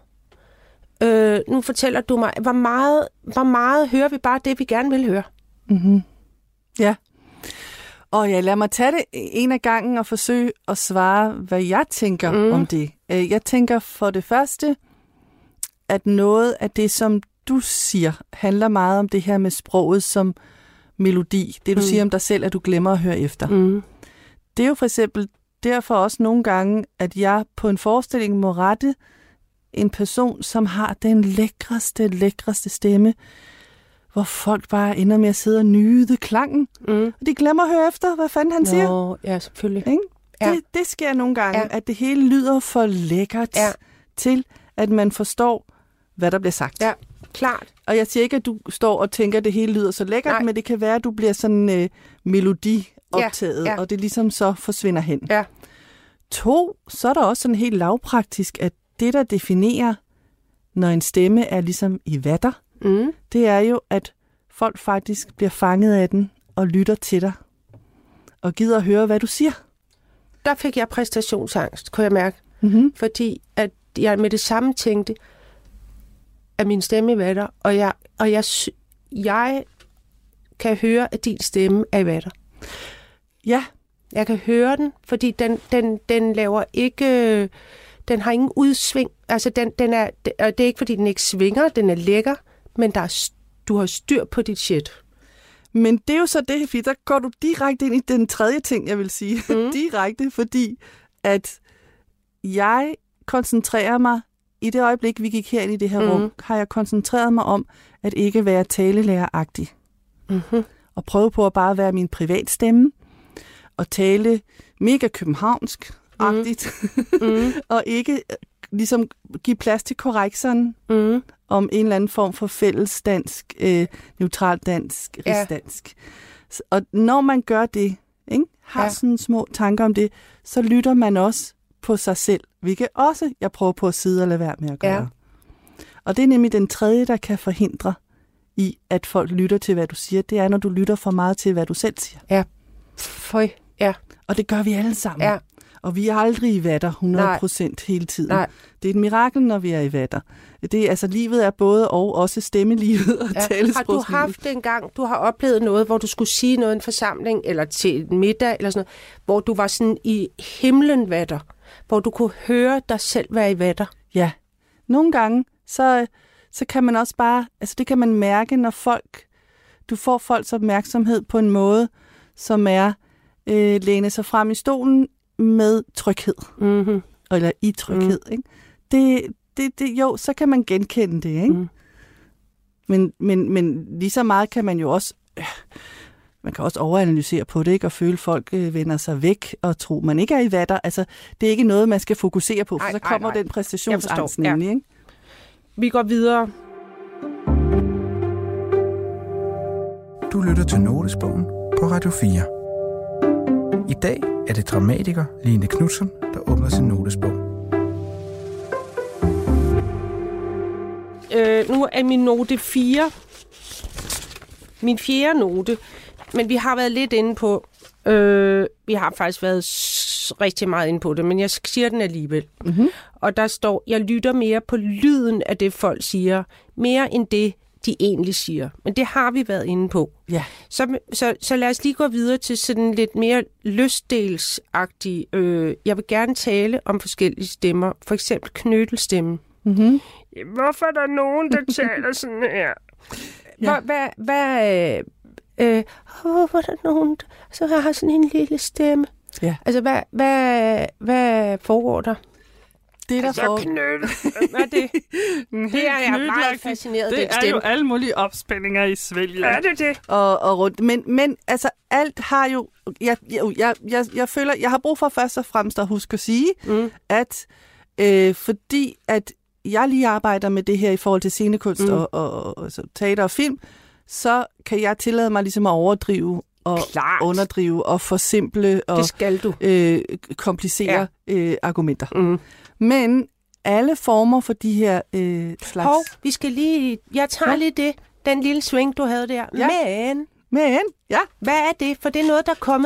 nu fortæller du mig, hvor meget hører vi bare det, vi gerne vil høre? Mm-hmm. Ja. Og lad mig tage det en af gangen og forsøge at svare, hvad jeg tænker om det. Jeg tænker for det første, at noget af det, som du siger, handler meget om det her med sproget som melodi. Det, du siger om dig selv, at du glemmer at høre efter. Det er jo for eksempel derfor også nogle gange, at jeg på en forestilling må rette en person, som har den lækreste stemme, hvor folk bare ender med at sidde og nyde klangen. Og de glemmer at høre efter, hvad fanden han siger. Ja, selvfølgelig. Ikke? Ja. Det sker nogle gange, at det hele lyder for lækkert til, at man forstår, hvad der bliver sagt. Ja, klart. Og jeg siger ikke, at du står og tænker, at det hele lyder så lækkert, men det kan være, at du bliver sådan melodioptaget, og det ligesom så forsvinder hen. Ja. 2, så er der også sådan helt lavpraktisk, at det, der definerer, når en stemme er ligesom i vatter, det er jo, at folk faktisk bliver fanget af den og lytter til dig og gider at høre, hvad du siger. Der fik jeg præstationsangst, kunne jeg mærke. Fordi at jeg med det samme tænkte, at min stemme er i vatter, og jeg kan høre, at din stemme er i vatter. Ja. Jeg kan høre den, fordi den laver ikke... Den har ingen udsving. Altså, det er ikke, fordi den ikke svinger, den er lækker, men du har styr på dit shit. Men det er jo så det, fordi der går du direkte ind i den tredje ting, jeg vil sige. Direkte, fordi at jeg koncentrerer mig, i det øjeblik, vi gik herind i det her rum, har jeg koncentreret mig om at ikke være talelæreragtig. Og prøve på at bare være min privatstemme, og tale mega københavnsk-agtigt, og ikke ligesom give plads til korreksen om en eller anden form for fælles dansk, neutral dansk, rigsdansk. Og når man gør det, ikke, har sådan små tanker om det, så lytter man også på sig selv, hvilket også jeg prøver på at sidde og lade være med at gøre. Og det er nemlig den tredje, der kan forhindre i, at folk lytter til, hvad du siger. Det er, når du lytter for meget til, hvad du selv siger. Ja. Og det gør vi alle sammen. Ja. Og vi er aldrig i vatter 100% hele tiden. Nej. Det er et mirakel, når vi er i vatter. Det, altså, livet er både og også stemmelivet og talesprogslivet. Har du haft en gang, du har oplevet noget, hvor du skulle sige noget i en forsamling, eller til en middag, eller sådan noget, hvor du var sådan i himlen vatter, hvor du kunne høre dig selv være i vatter? Ja. Nogle gange, så kan man også bare, altså det kan man mærke, når du får folks opmærksomhed på en måde, som er læne sig frem i stolen med tryghed. Eller i tryghed, ikke? Jo, så kan man genkende det, ikke? Men lige så meget kan man jo også... Man kan også overanalysere på det, ikke? Og føle, at folk vender sig væk og tro, man ikke er i vatter. Altså, det er ikke noget, man skal fokusere på, for så kommer den præstationsangst nemlig, ikke? Vi går videre. Du lytter til Notesbogen på Radio 4. I dag er det dramatiker Line Knutzon, der åbner sin notesbog. Nu er min note 4. Min 4. note. Men vi har været lidt inde på... vi har faktisk været rigtig meget inde på det, men jeg siger den alligevel. Og der står, jeg lytter mere på lyden af det, folk siger, mere end det, de egentlig siger. Men det har vi været inde på. Ja. Så lad os lige gå videre til sådan lidt mere lystdelsagtig. Jeg vil gerne tale om forskellige stemmer. For eksempel knødelstemmen. Hvorfor er der nogen, der taler sådan her? Hvorfor er der nogen, så har sådan en lille stemme? Ja. Altså, hvad foregår der? Det, der Hvad er det? Det er jeg meget fascineret af. Det er jo alle mulige opspændinger i svælget. Er det? Og rundt. Men altså, alt har jo... Jeg føler, jeg har brug for først og fremmest at huske at sige, at fordi at jeg lige arbejder med det her i forhold til scenekunst og teater og film, så kan jeg tillade mig ligesom at overdrive og underdrive og forsimple og det skal du. Komplicere argumenter. Men alle former for de her slags... vi skal lige... Jeg tager lige det. Den lille swing, du havde der. Ja. Men, ja. Hvad er det? For det er noget, der er kommet.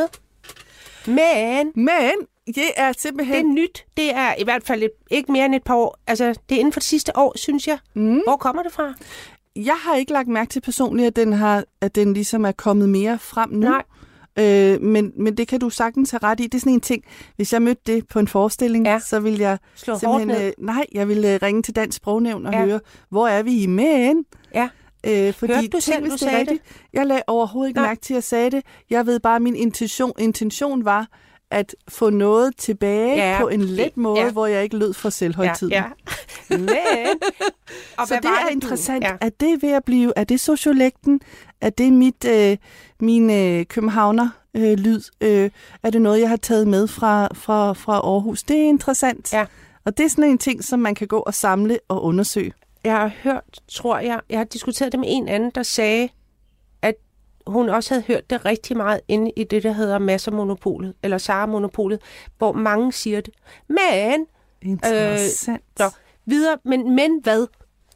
Men, det er simpelthen... Det er nyt. Det er i hvert fald ikke mere end et par år. Altså, det er inden for det sidste år, synes jeg. Hvor kommer det fra? Jeg har ikke lagt mærke til personligt, at den ligesom er kommet mere frem nu. Nej. Men det kan du sagtens have ret i. Det er sådan en ting. Hvis jeg mødte det på en forestilling, så vil jeg jeg vil ringe til Dansk Sprognævn og høre, hvor er vi i men? Ja. Fordi hørte du selv, du sagde det? Jeg lagde overhovedet ikke mærke til, at jeg sagde det. Jeg ved bare, at min intention var at få noget tilbage på en let måde, hvor jeg ikke lød for selvhøjtid. Ja. Men... Og så det er interessant. Er det ved at blive... Er det sociolekten? Er det min københavner-lyd? Er det noget, jeg har taget med fra Aarhus? Det er interessant. Ja. Og det er sådan en ting, som man kan gå og samle og undersøge. Jeg har hørt, tror jeg har diskuteret det med en anden, der sagde, at hun også havde hørt det rigtig meget inde i det, der hedder Massermonopolet, eller Sara-monopolet, hvor mange siger det. Men... Interessant. Videre, men hvad?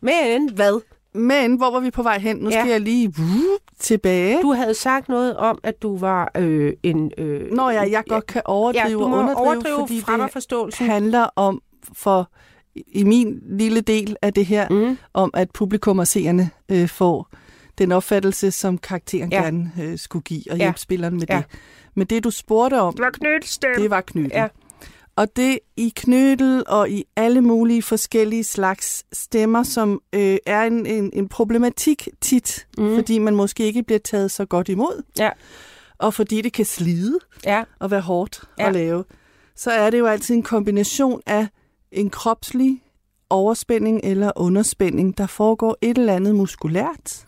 Men hvor var vi på vej hen? Nu skal jeg lige tilbage. Du havde sagt noget om, at du var jeg godt kan overdrive og underdrive, fordi det handler om, i min lille del af det her, om at publikum og seerne får den opfattelse, som karakteren gerne skulle give, og hjælpe spilleren med det. Men det, du spurgte om, det var Knyttel. Ja. Og det i Knyttel og i alle mulige forskellige slags stemmer, som er en problematik tit, fordi man måske ikke bliver taget så godt imod, og fordi det kan slide og være hårdt at lave, så er det jo altid en kombination af en kropslig overspænding eller underspænding, der foregår et eller andet muskulært,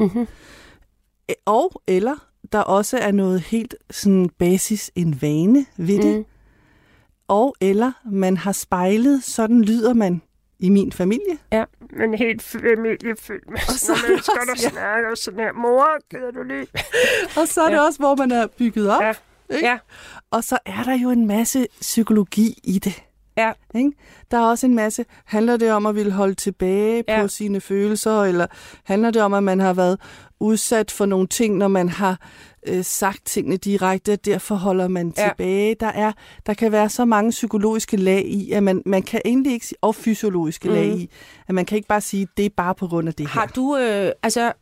eller der også er noget helt sådan basis, en vane ved det, og eller man har spejlet, sådan lyder man i min familie. Ja, men helt familiefyldt med sådan mennesker, der snakker sådan her, mor, gider du lige? Og så er det også, hvor man er bygget op. Ja. Og så er der jo en masse psykologi i det. Ja. Ikke? Der er også en masse, handler det om at ville holde tilbage på sine følelser, eller handler det om, at man har været udsat for nogle ting, når man har sagt tingene direkte, og derfor holder man tilbage. Der kan være så mange psykologiske lag i, at man kan egentlig ikke sige, og fysiologiske lag i, at man kan ikke bare sige, det er bare på grund af det her.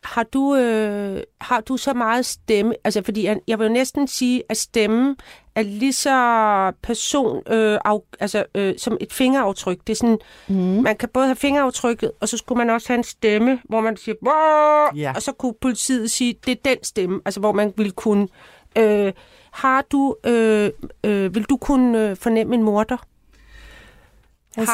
Har du så meget stemme? Altså, fordi jeg vil jo næsten sige, at stemmen er lige så som et fingeraftryk. Det er sådan, man kan både have fingeraftrykket, og så skulle man også have en stemme, hvor man siger, og så kunne politiet sige, det er den stemme, altså hvor man ville kunne... vil du kunne fornemme en morder? Altså,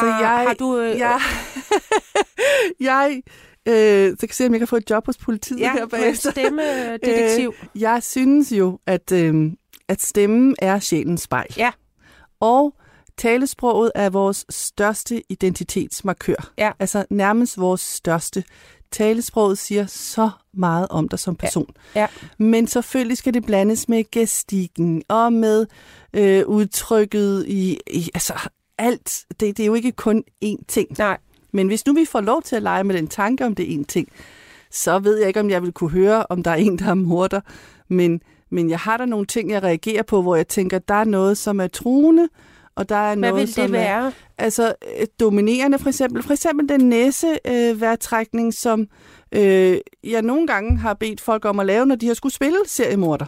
så kan jeg se, om jeg kan få et job hos politiet her bagefter. Stemmedetektiv. Jeg synes jo, at stemmen er sjælens spejl. Ja. Og talesproget er vores største identitetsmarkør. Ja. Altså nærmest vores største. Talesproget siger så meget om dig som person. Ja. Men selvfølgelig skal det blandes med gestikken og med udtrykket i altså alt. Det er jo ikke kun én ting. Nej. Men hvis nu vi får lov til at lege med den tanke, om det er én ting, så ved jeg ikke, om jeg vil kunne høre, om der er en, der er morder. Men jeg har der nogle ting, jeg reagerer på, hvor jeg tænker, der er noget, som er truende, og der er Hvad noget, vil det være? Altså dominerende, for eksempel den næseværtrækning, som jeg nogle gange har bedt folk om at lave, når de har skulle spille seriemorder.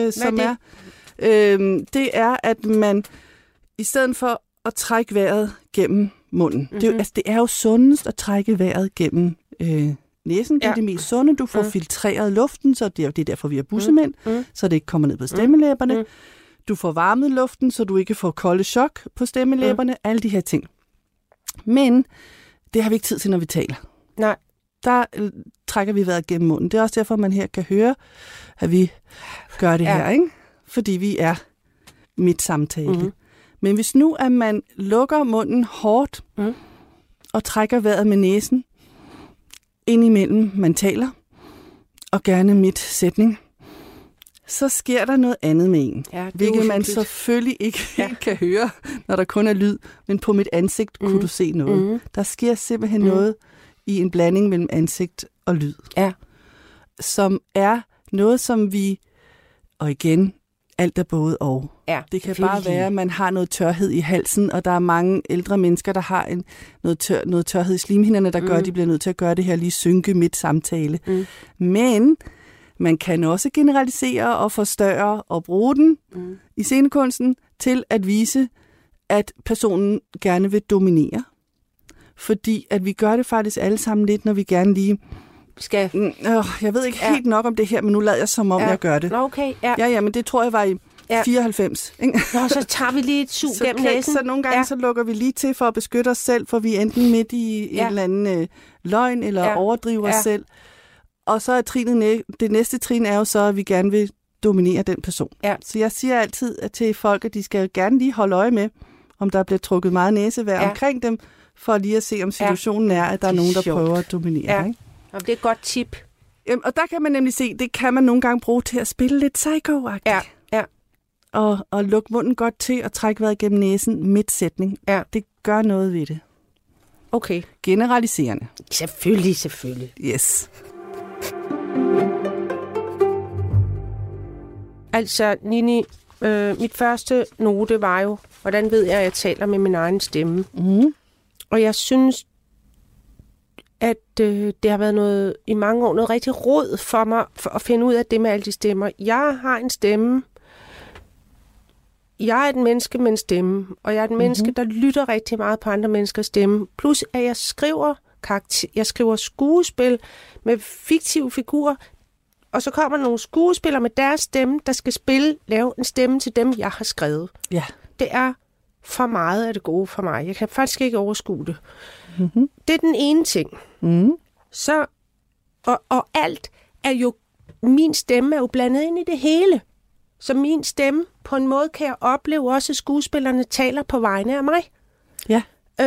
Det er, at man i stedet for at trække vejret gennem munden. Det er jo sundest at trække vejret gennem næsen. Det er det mest sunde. Du får filtreret luften, så det er derfor, vi har bussemænd, så det ikke kommer ned på stemmelæberne. Du får varmet luften, så du ikke får kolde chok på stemmelæberne. Alle de her ting. Men det har vi ikke tid til, når vi taler. Nej. Der trækker vi vejret gennem munden. Det er også derfor, man her kan høre, at vi gør det her, ikke? Fordi vi er midt samtale. Men hvis nu, at man lukker munden hårdt og trækker vejret med næsen, indimellem man taler, og gerne midt sætning, så sker der noget andet med en. Ja, hvilket man selvfølgelig ikke kan høre, når der kun er lyd, men på mit ansigt kunne du se noget. Der sker simpelthen noget i en blanding mellem ansigt og lyd. Ja. Som er noget, som vi, og igen, alt er både og. Ja, det kan bare være, at man har noget tørhed i halsen, og der er mange ældre mennesker, der har noget tørhed i slimhinderne, der gør, at de bliver nødt til at gøre det her lige synke midt samtale. Men man kan også generalisere og forstørre og bruge den i scenekunsten til at vise, at personen gerne vil dominere. Fordi at vi gør det faktisk alle sammen lidt, når vi gerne lige skal... jeg ved ikke helt nok om det her, men nu lader jeg som om, jeg gør det. Okay, Ja, men det tror jeg var i 94. Ikke? Nå, så tager vi lige et sug gennem næsen. Så nogle gange så lukker vi lige til for at beskytte os selv, for vi er enten midt i en eller anden løgn, eller overdriver os selv. Og så er det næste trin er jo så, at vi gerne vil dominere den person. Ja. Så jeg siger altid til folk, at de skal gerne lige holde øje med, om der bliver trukket meget næsevejr omkring dem, for lige at se, om situationen er, at der er nogen, der prøver at dominere. Ja. Ikke? Og det er et godt tip. Og der kan man nemlig se, det kan man nogle gange bruge til at spille lidt psycho-agtigt. Ja. Og lukke munden godt til og trække vejret gennem næsen midt sætning. Ja. Det gør noget ved det. Okay. Generaliserende. Selvfølgelig. Yes. Altså, Nini, mit første note var jo, hvordan ved jeg, at jeg taler med min egen stemme. Og jeg synes, at det har været i mange år noget rigtig rod for mig for at finde ud af det med alle de stemmer. Jeg har en stemme. Jeg er et menneske med en stemme, og jeg er et menneske, der lytter rigtig meget på andre menneskers stemme. Plus, at jeg skriver skuespil med fiktive figurer, og så kommer nogle skuespillere med deres stemme, der skal lave en stemme til dem, jeg har skrevet. Ja. Det er for meget af det gode for mig. Jeg kan faktisk ikke overskue det. Det er den ene ting. Så, og alt er jo, min stemme er jo blandet ind i det hele. Så min stemme, på en måde kan jeg opleve også, at skuespillerne taler på vegne af mig. Ja.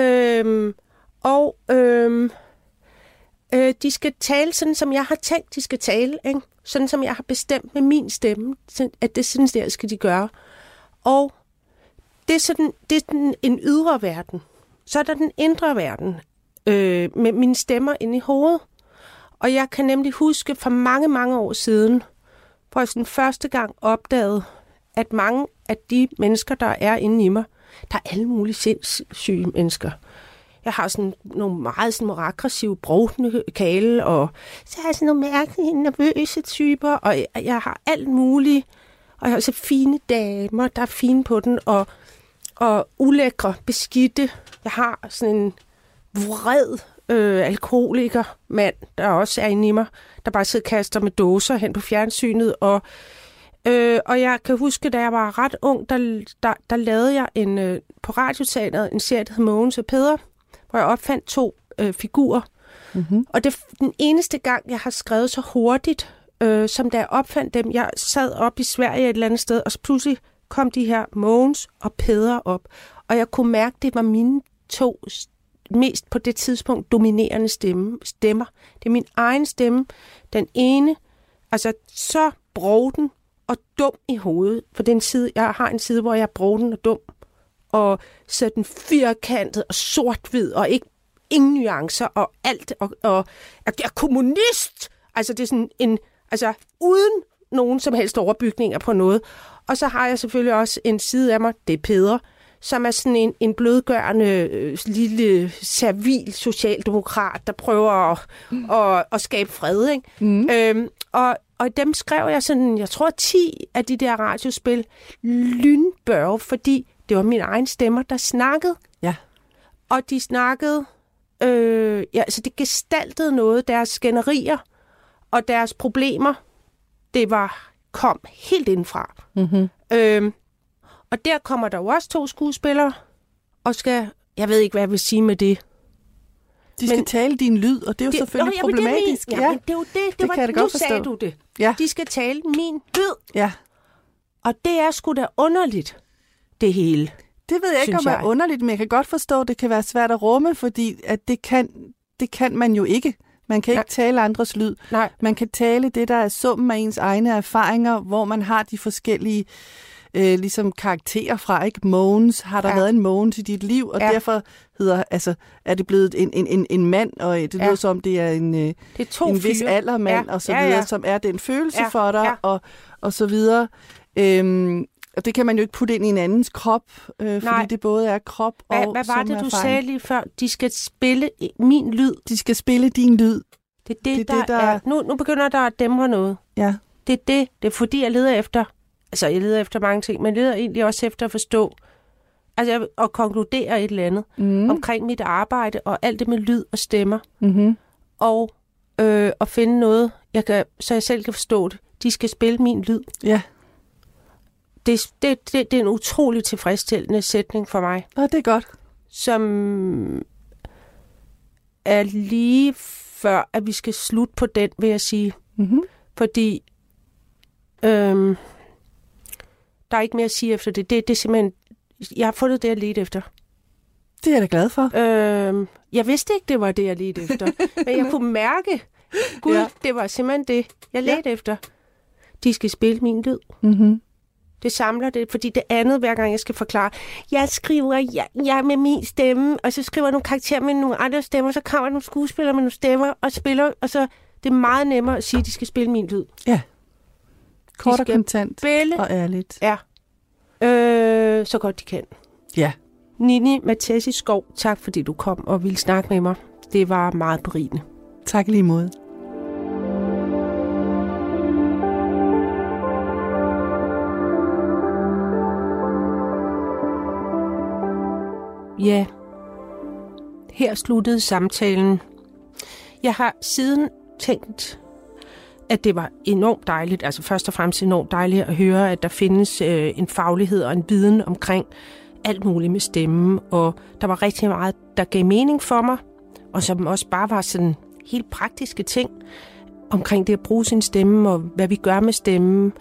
De skal tale sådan, som jeg har tænkt, de skal tale. Ikke? Sådan, som jeg har bestemt med min stemme, at det sådan der skal de gøre. Og det er sådan en ydre verden. Så er der den indre verden, med mine stemmer inde i hovedet. Og jeg kan nemlig huske for mange, mange år siden, hvor jeg sådan første gang opdagede, at mange af de mennesker, der er inde i mig, der er alle mulige sindssyge mennesker. Jeg har sådan nogle meget sådan aggressive, brovtende kale, og så har jeg sådan nogle mærkelige, nervøse typer, og jeg har alt muligt. Og jeg har så fine damer, der er fine på den, og ulækre, beskidte. Jeg har sådan en vred alkoholiker mand, der også er inde i mig, der bare sidder og kaster med dåser hen på fjernsynet. Og jeg kan huske, da jeg var ret ung, der lavede jeg på Radioteateret en serie, der hed Mogens og Peder, hvor jeg opfandt 2 figurer. Og det er den eneste gang, jeg har skrevet så hurtigt, som da jeg opfandt dem. Jeg sad op i Sverige et eller andet sted, og så pludselig kom de her Mogens og Peder op. Og jeg kunne mærke, det var mine 2 mest på det tidspunkt dominerende stemmer. Det er min egen stemme. Den ene, altså så broden og dum i hovedet. For den side, jeg har en side, hvor jeg er broden og dum. Og sådan firkantet og sort-hvid, og ingen nuancer og alt. Og jeg er kommunist! Altså det er sådan uden nogen som helst overbygninger på noget. Og så har jeg selvfølgelig også en side af mig, det er Peder, som er sådan en blødgørende, lille, servil socialdemokrat, der prøver at skabe fred. Ikke? Og dem skrev jeg sådan, jeg tror 10 af de der radiospil lynbørge, fordi det var min egen stemmer, der snakkede. Ja. Og de snakkede, så det gestaltede noget, deres skænderier og deres problemer, kom helt indfra. Og der kommer der jo også 2 skuespillere, og jeg ved ikke, hvad jeg vil sige med det. De skal tale din lyd, og det er jo selvfølgelig problematisk. Men det er jo det. Nu sagde du det. Ja. De skal tale min lyd. Ja. Og det er sgu da underligt, det hele. Det ved jeg ikke, om det er underligt, men jeg kan godt forstå, at det kan være svært at rumme, fordi at det kan man jo ikke. Man kan ikke tale andres lyd. Nej. Man kan tale det, der er summen af ens egne erfaringer, hvor man har de forskellige ligesom karakterer fra, ikke? Mogens, har der været en Mogens i dit liv, og derfor er det blevet en mand, og det lyder som, det er en vis aldermand, og så videre, som er den følelse for dig, og så videre. Og det kan man jo ikke putte ind i en andens krop, fordi det både er krop og som Hvad var det, du erfaring. sagde lige før? De skal spille min lyd. De skal spille din lyd. Det er der er... Nu begynder der at dæmre noget. Ja. Det er fordi, jeg leder efter... Altså, jeg leder efter mange ting, men jeg leder egentlig også efter at forstå, altså at konkludere et eller andet omkring mit arbejde og alt det med lyd og stemmer. Mm-hmm. Og at finde noget, så jeg selv kan forstå det. De skal spille min lyd. Ja. Det er en utrolig tilfredsstillende sætning for mig. Og det er godt. Som er lige før, at vi skal slutte på den, vil jeg sige. Mm-hmm. Fordi der er ikke mere at sige efter det. Det er simpelthen... Jeg har fundet det, jeg ledte efter. Det er jeg da glad for. Jeg vidste ikke, det var det, jeg ledte efter. Men jeg kunne mærke, det var simpelthen det, jeg ledte efter. De skal spille min lyd. Mm-hmm. Det samler det, fordi det andet, hver gang jeg skal forklare, jeg skriver jeg med min stemme, og så skriver jeg nogle karakterer med nogle andre stemmer, så kommer nogle skuespillere med nogle stemmer og spiller, og så det er meget nemmere at sige, at de skal spille min lyd. Ja. Kort og kontant og ærligt. Ja. Så godt de kan. Ja. Nini Mattesi Skov, tak fordi du kom og ville snakke med mig. Det var meget berigende. Tak lige måde. Ja, her sluttede samtalen. Jeg har siden tænkt, at det var enormt dejligt, altså først og fremmest enormt dejligt at høre, at der findes en faglighed og en viden omkring alt muligt med stemmen, og der var rigtig meget, der gav mening for mig, og som også bare var sådan helt praktiske ting omkring det at bruge sin stemme, og hvad vi gør med stemmen.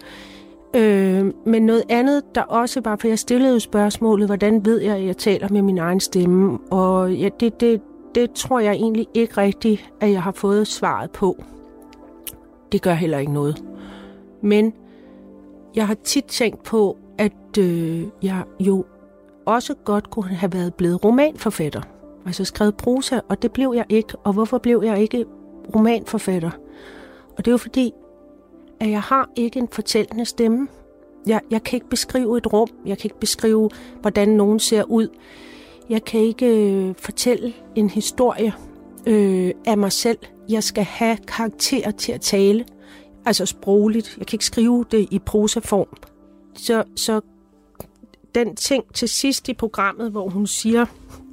Men noget andet, der også var, for jeg stillede jo spørgsmålet, hvordan ved jeg, at jeg taler med min egen stemme, og ja, det tror jeg egentlig ikke rigtigt, at jeg har fået svaret på. Det gør heller ikke noget. Men jeg har tit tænkt på, at jeg jo også godt kunne have været blevet romanforfatter. Altså skrevet prosa, og det blev jeg ikke. Og hvorfor blev jeg ikke romanforfatter? Og det er jo fordi, at jeg har ikke en fortællende stemme. Jeg kan ikke beskrive et rum. Jeg kan ikke beskrive, hvordan nogen ser ud. Jeg kan ikke fortælle en historie af mig selv. Jeg skal have karakterer til at tale, altså sprogligt. Jeg kan ikke skrive det i prosaform. Så den ting til sidst i programmet, hvor hun siger,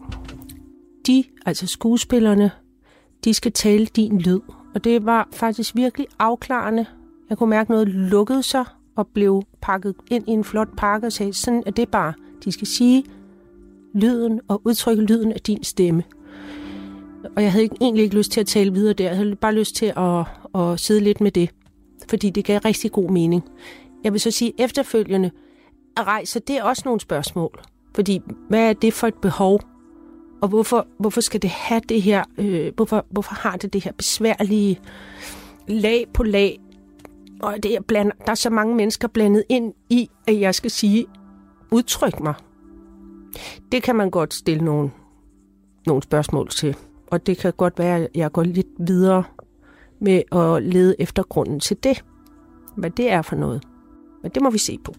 altså skuespillerne, de skal tale din lyd. Og det var faktisk virkelig afklarende. Jeg kunne mærke noget lukkede sig og blev pakket ind i en flot pakke og sagde, sådan er det bare. De skal sige lyden og udtrykke lyden af din stemme. Og jeg havde egentlig ikke lyst til at tale videre der. Jeg havde bare lyst til at sidde lidt med det, fordi det gav rigtig god mening. Jeg vil så sige, efterfølgende rejser det også nogle spørgsmål. Fordi, hvad er det for et behov? Og hvorfor skal det have det her? Hvorfor har det her besværlige lag på lag? Og der er så mange mennesker blandet ind i, at jeg skal sige, udtryk mig. Det kan man godt stille nogle spørgsmål til. Og det kan godt være, at jeg går lidt videre med at lede efter grunden til det. Hvad det er for noget. Men det må vi se på.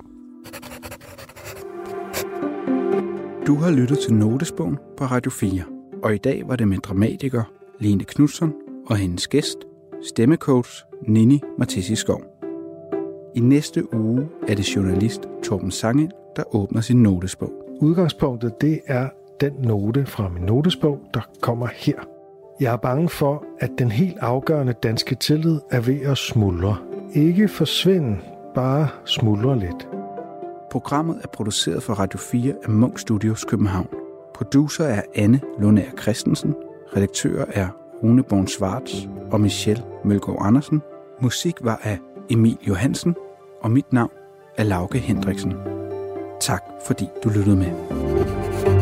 Du har lyttet til Notesbogen på Radio 4. Og i dag var det med dramatiker Line Knutzon og hendes gæst, stemmecoach Nini Mattesi Skov. I næste uge er det journalist Torben Sange, der åbner sin notesbog. Udgangspunktet, det er den note fra min notesbog, der kommer her. Jeg er bange for, at den helt afgørende danske tillid er ved at smuldre. Ikke forsvinde, bare smuldre lidt. Programmet er produceret for Radio 4 af Munch Studios København. Producer er Anne Lundager Christensen. Redaktører er Rune Born Schwartz og Michelle Mølgaard Andersen. Musik var af Emil Johansen, og mit navn er Lauke Hendriksen. Tak fordi du lyttede med.